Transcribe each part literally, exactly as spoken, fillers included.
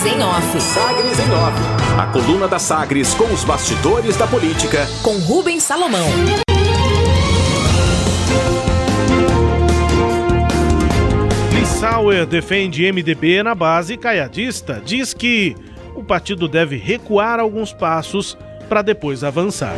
Sagres em Off. Sagres em Off. A coluna da Sagres com os bastidores da política. Com Rubens Salomão. Lissauer defende M D B na base caiadista. Diz que o partido deve recuar alguns passos para depois avançar.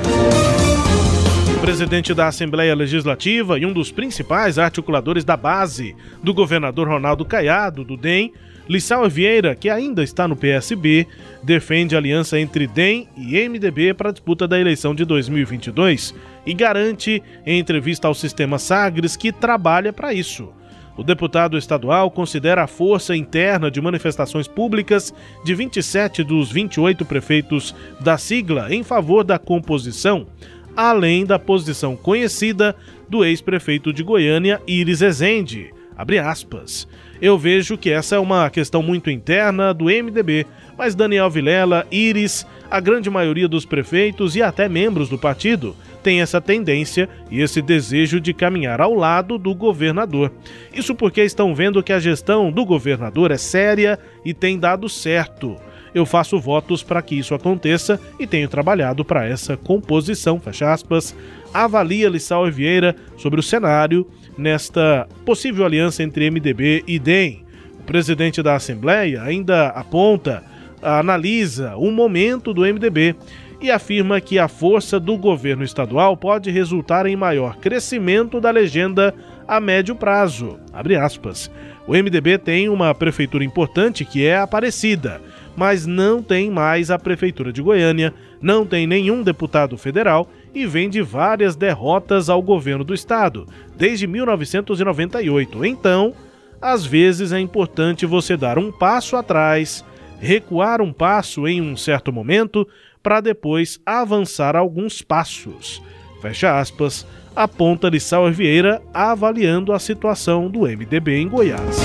O presidente da Assembleia Legislativa e um dos principais articuladores da base do governador Ronaldo Caiado, do D E M, Lissauer Vieira, que ainda está no P S B, defende a aliança entre D E M e M D B para a disputa da eleição de dois mil e vinte e dois e garante, em entrevista ao Sistema Sagres, que trabalha para isso. O deputado estadual considera a força interna de manifestações públicas de vinte e sete dos vinte e oito prefeitos da sigla em favor da composição, além da posição conhecida do ex-prefeito de Goiânia, Iris Ezende. Abre aspas. Eu vejo que essa é uma questão muito interna do M D B, mas Daniel Vilela, Iris, a grande maioria dos prefeitos e até membros do partido tem essa tendência e esse desejo de caminhar ao lado do governador. Isso porque estão vendo que a gestão do governador é séria e tem dado certo. Eu faço votos para que isso aconteça e tenho trabalhado para essa composição, fecha aspas, avalia Lissauer Vieira sobre o cenário nesta possível aliança entre M D B e D E M. O presidente da Assembleia ainda aponta, analisa o momento do M D B e afirma que a força do governo estadual pode resultar em maior crescimento da legenda a médio prazo. Abre aspas. O M D B tem uma prefeitura importante que é Aparecida, mas não tem mais a prefeitura de Goiânia, não tem nenhum deputado federal e vem de várias derrotas ao governo do estado, desde mil novecentos e noventa e oito. Então, às vezes é importante você dar um passo atrás, recuar um passo em um certo momento, para depois avançar alguns passos. Fecha aspas, aponta Lissauer Vieira avaliando a situação do M D B em Goiás.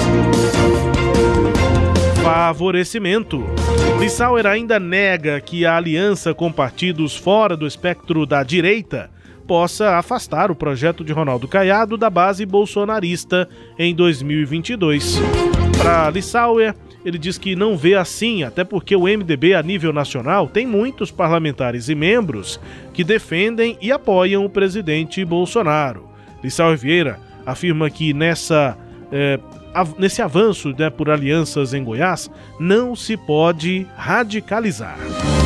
Favorecimento. Lissauer ainda nega que a aliança com partidos fora do espectro da direita possa afastar o projeto de Ronaldo Caiado da base bolsonarista em dois mil e vinte e dois. Para Lissauer, ele diz que não vê assim, até porque o M D B a nível nacional tem muitos parlamentares e membros que defendem e apoiam o presidente Bolsonaro. Lissauer Vieira afirma que nessa, é, av- nesse avanço, né, por alianças em Goiás não se pode radicalizar.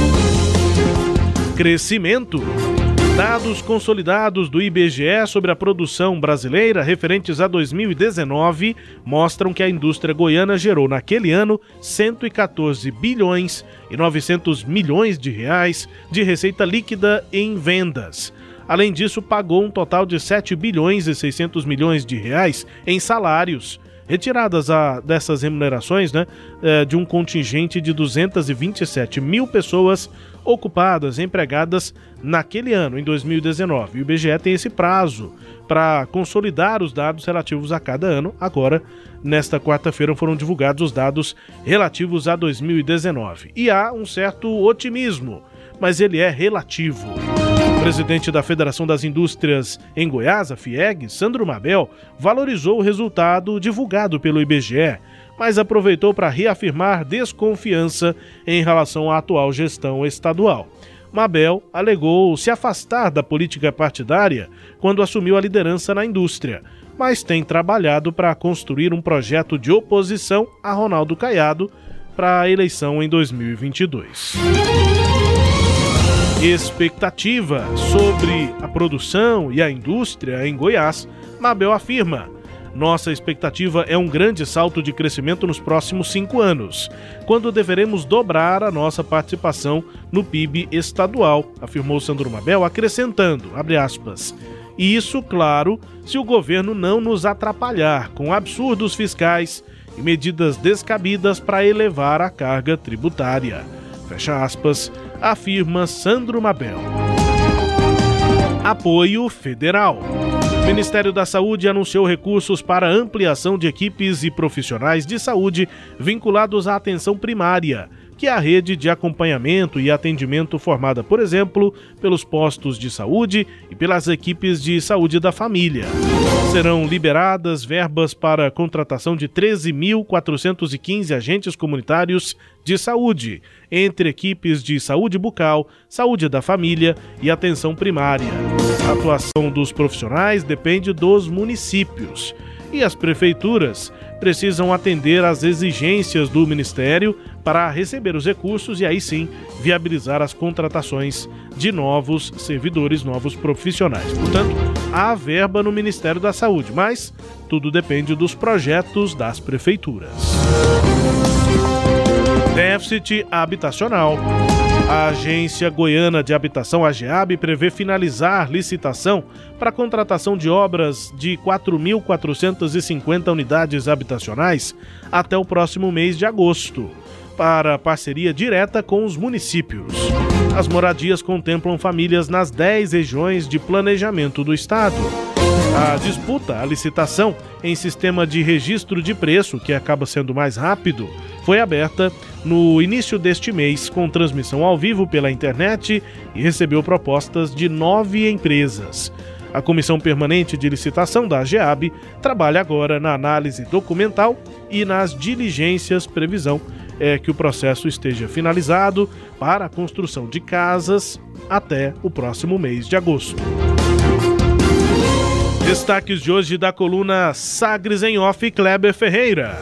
Crescimento. Dados consolidados do I B G E sobre a produção brasileira referentes a dois mil e dezenove mostram que a indústria goiana gerou naquele ano cento e quatorze bilhões e novecentos milhões de reais de receita líquida em vendas. Além disso, pagou um total de sete bilhões e seiscentos milhões de reais em salários, retiradas a, dessas remunerações, né, de um contingente de duzentas e vinte e sete mil pessoas ocupadas, empregadas naquele ano, em dois mil e dezenove. E o I B G E tem esse prazo para consolidar os dados relativos a cada ano. Agora, nesta quarta-feira, foram divulgados os dados relativos a dois mil e dezenove. E há um certo otimismo, mas ele é relativo. O presidente da Federação das Indústrias em Goiás, a FIEG, Sandro Mabel, valorizou o resultado divulgado pelo I B G E, mas aproveitou para reafirmar desconfiança em relação à atual gestão estadual. Mabel alegou se afastar da política partidária quando assumiu a liderança na indústria, mas tem trabalhado para construir um projeto de oposição a Ronaldo Caiado para a eleição em dois mil e vinte e dois. Expectativa sobre a produção e a indústria em Goiás, Mabel afirma: nossa expectativa é um grande salto de crescimento nos próximos cinco anos, quando deveremos dobrar a nossa participação no P I B estadual, afirmou Sandro Mabel, acrescentando, abre aspas, e isso, claro, se o governo não nos atrapalhar com absurdos fiscais e medidas descabidas para elevar a carga tributária. Fecha aspas, afirma Sandro Mabel. Apoio federal. O Ministério da Saúde anunciou recursos para ampliação de equipes e profissionais de saúde vinculados à atenção primária, que é a rede de acompanhamento e atendimento formada, por exemplo, pelos postos de saúde e pelas equipes de saúde da família. Serão liberadas verbas para a contratação de treze mil quatrocentos e quinze agentes comunitários de saúde, entre equipes de saúde bucal, saúde da família e atenção primária. A atuação dos profissionais depende dos municípios e as prefeituras precisam atender às exigências do Ministério para receber os recursos e aí sim viabilizar as contratações de novos servidores, novos profissionais. Portanto, há verba no Ministério da Saúde, mas tudo depende dos projetos das prefeituras. Déficit habitacional. A Agência Goiana de Habitação, a GEAB, prevê finalizar licitação para a contratação de obras de quatro mil quatrocentas e cinquenta unidades habitacionais até o próximo mês de agosto, para parceria direta com os municípios. As moradias contemplam famílias nas dez regiões de planejamento do estado. A disputa, a licitação em sistema de registro de preço, que acaba sendo mais rápido, foi aberta no início deste mês com transmissão ao vivo pela internet e recebeu propostas de nove empresas. A Comissão Permanente de Licitação da GEAB trabalha agora na análise documental e nas diligências, previsão é que o processo esteja finalizado para a construção de casas até o próximo mês de agosto. Destaques de hoje da coluna Sagres em Off, Kleber Ferreira.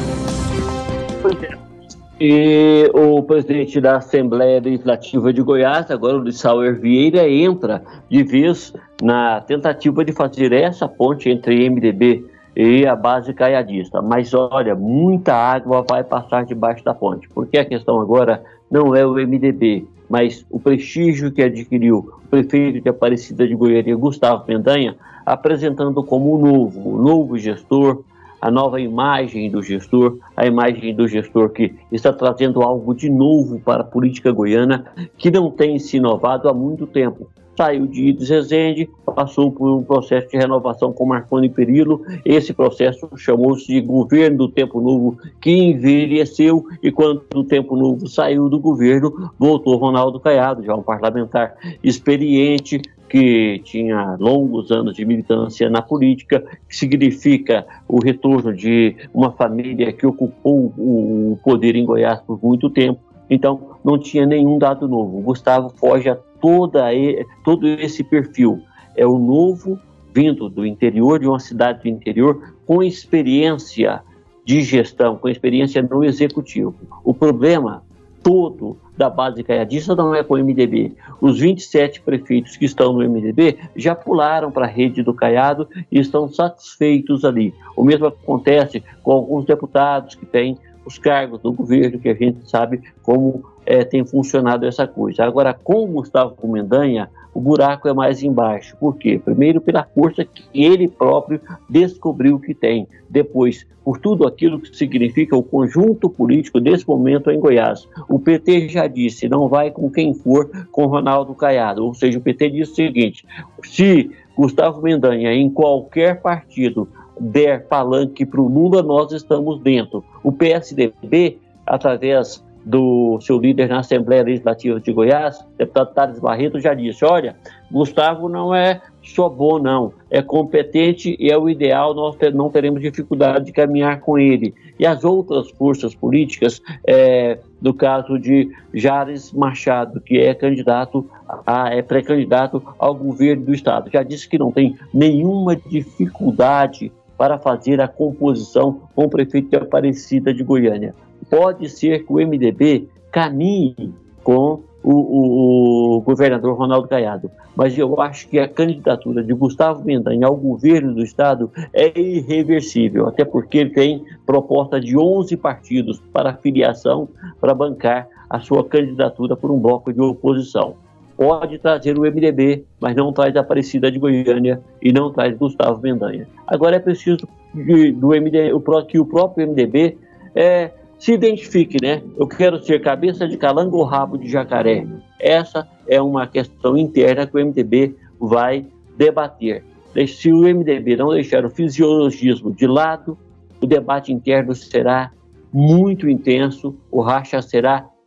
E o presidente da Assembleia Legislativa de Goiás, agora o Luiz Sauer Vieira, entra de vez na tentativa de fazer essa ponte entre M D B e a base caiadista. Mas olha, muita água vai passar debaixo da ponte, porque a questão agora não é o M D B, mas o prestígio que adquiriu o prefeito de Aparecida de Goiânia, Gustavo Mendanha, apresentando como o novo, o novo gestor, a nova imagem do gestor, a imagem do gestor que está trazendo algo de novo para a política goiana, que não tem se inovado há muito tempo. Saiu de Ides Rezende, passou por um processo de renovação com Marconi Perillo. Esse processo chamou-se de Governo do Tempo Novo, que envelheceu, e quando o Tempo Novo saiu do governo, voltou Ronaldo Caiado, já um parlamentar experiente, que tinha longos anos de militância na política, que significa o retorno de uma família que ocupou o poder em Goiás por muito tempo. Então, não tinha nenhum dado novo. O Gustavo foge a toda, todo esse perfil. É o novo vindo do interior, de uma cidade do interior, com experiência de gestão, com experiência no executivo. O problema todo da base caiadista não é com o M D B. Os vinte e sete prefeitos que estão no M D B já pularam para a rede do Caiado e estão satisfeitos ali. O mesmo acontece com alguns deputados que têm os cargos do governo, que a gente sabe como é, tem funcionado essa coisa. Agora, com o Gustavo Mendanha, o buraco é mais embaixo. Por quê? Primeiro, pela força que ele próprio descobriu que tem. Depois, por tudo aquilo que significa o conjunto político desse momento em Goiás. O P T já disse, não vai com quem for com Ronaldo Caiado. Ou seja, o P T disse o seguinte, se Gustavo Mendanha em qualquer partido der palanque para o Lula, nós estamos dentro. O P S D B, através do seu líder na Assembleia Legislativa de Goiás, deputado Thales Barreto, já disse, olha, Gustavo não é só bom não, é competente e é o ideal, nós ter, não teremos dificuldade de caminhar com ele. E as outras forças políticas, é, no caso de Jares Machado, que é candidato a, é pré-candidato ao governo do estado, já disse que não tem nenhuma dificuldade para fazer a composição com o prefeito de Aparecida de Goiânia. Pode ser que o M D B caminhe com o, o, o governador Ronaldo Caiado, mas eu acho que a candidatura de Gustavo Mendanha ao governo do estado é irreversível, até porque ele tem proposta de onze partidos para filiação para bancar a sua candidatura por um bloco de oposição. Pode trazer o M D B, mas não traz a Aparecida de Goiânia e não traz Gustavo Mendanha. Agora é preciso que, do M D B, que o próprio M D B é, se identifique, né? Eu quero ser cabeça de calango ou rabo de jacaré. Essa é uma questão interna que o M D B vai debater. Se o M D B não deixar o fisiologismo de lado, o debate interno será muito intenso, o racha será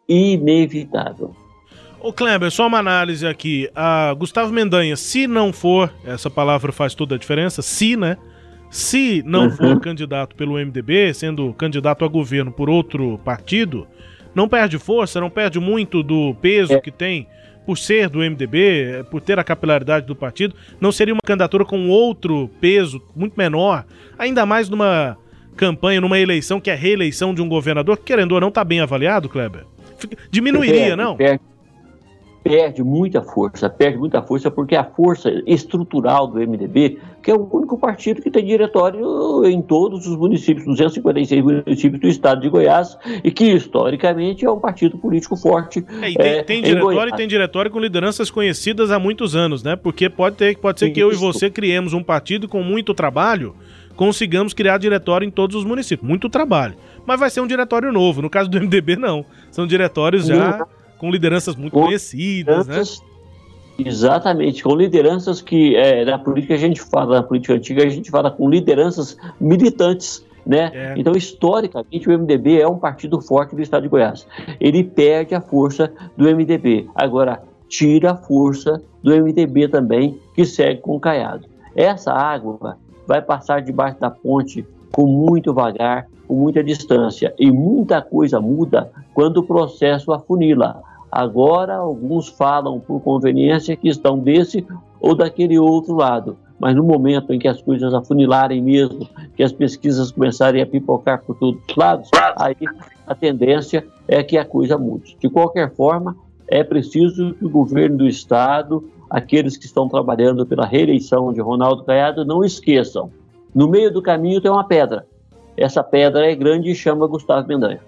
inevitável. Ô Kleber, só uma análise aqui. A Gustavo Mendanha, se não for, essa palavra faz toda a diferença, se, né? Se não uhum. for candidato pelo M D B, sendo candidato a governo por outro partido, não perde força, não perde muito do peso é. que tem por ser do M D B, por ter a capilaridade do partido, não seria uma candidatura com outro peso muito menor, ainda mais numa campanha, numa eleição que é a reeleição de um governador, que querendo ou não está bem avaliado, Kleber? Diminuiria, perde, não? Perde, perde muita força, perde muita força porque a força estrutural do M D B, que é o único partido que tem diretório em todos os municípios, duzentos e cinquenta e seis municípios do estado de Goiás, e que historicamente é um partido político forte. É, e tem, é, tem diretório e tem diretório com lideranças conhecidas há muitos anos, né? Porque pode, ter, pode ser que Isso. eu e você criemos um partido com muito trabalho, consigamos criar diretório em todos os municípios. Muito trabalho. Mas vai ser um diretório novo. No caso do M D B, não. São diretórios já não. com lideranças muito com conhecidas, lideranças, né? Exatamente, com lideranças que é, na política a gente fala, na política antiga a gente fala com lideranças militantes, né? É. Então, historicamente, o M D B é um partido forte do estado de Goiás. Ele perde a força do M D B. Agora, tira a força do M D B também, que segue com o Caiado. Essa água vai passar debaixo da ponte com muito vagar, com muita distância. E muita coisa muda quando o processo afunila. Agora, alguns falam por conveniência que estão desse ou daquele outro lado. Mas no momento em que as coisas afunilarem mesmo, que as pesquisas começarem a pipocar por todos os lados, aí a tendência é que a coisa mude. De qualquer forma, é preciso que o governo do estado, aqueles que estão trabalhando pela reeleição de Ronaldo Caiado, não esqueçam. No meio do caminho tem uma pedra. Essa pedra é grande e chama Gustavo Mendanha.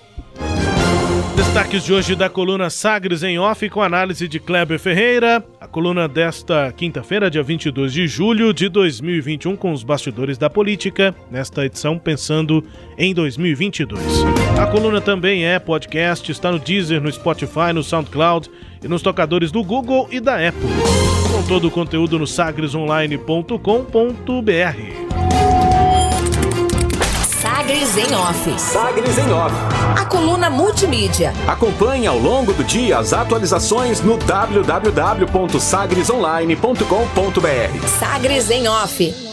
Destaques de hoje da coluna Sagres em Off, com análise de Kleber Ferreira. A coluna desta quinta-feira, dia vinte e dois de julho de dois mil e vinte e um, com os bastidores da política, nesta edição pensando em dois mil e vinte e dois. A coluna também é podcast, está no Deezer, no Spotify, no SoundCloud e nos tocadores do Google e da Apple. Com todo o conteúdo no sagres online ponto com ponto b r. Sagres em Off. Sagres em Off. A coluna multimídia. Acompanhe ao longo do dia as atualizações no w w w ponto sagres online ponto com ponto b r. Sagres em Off.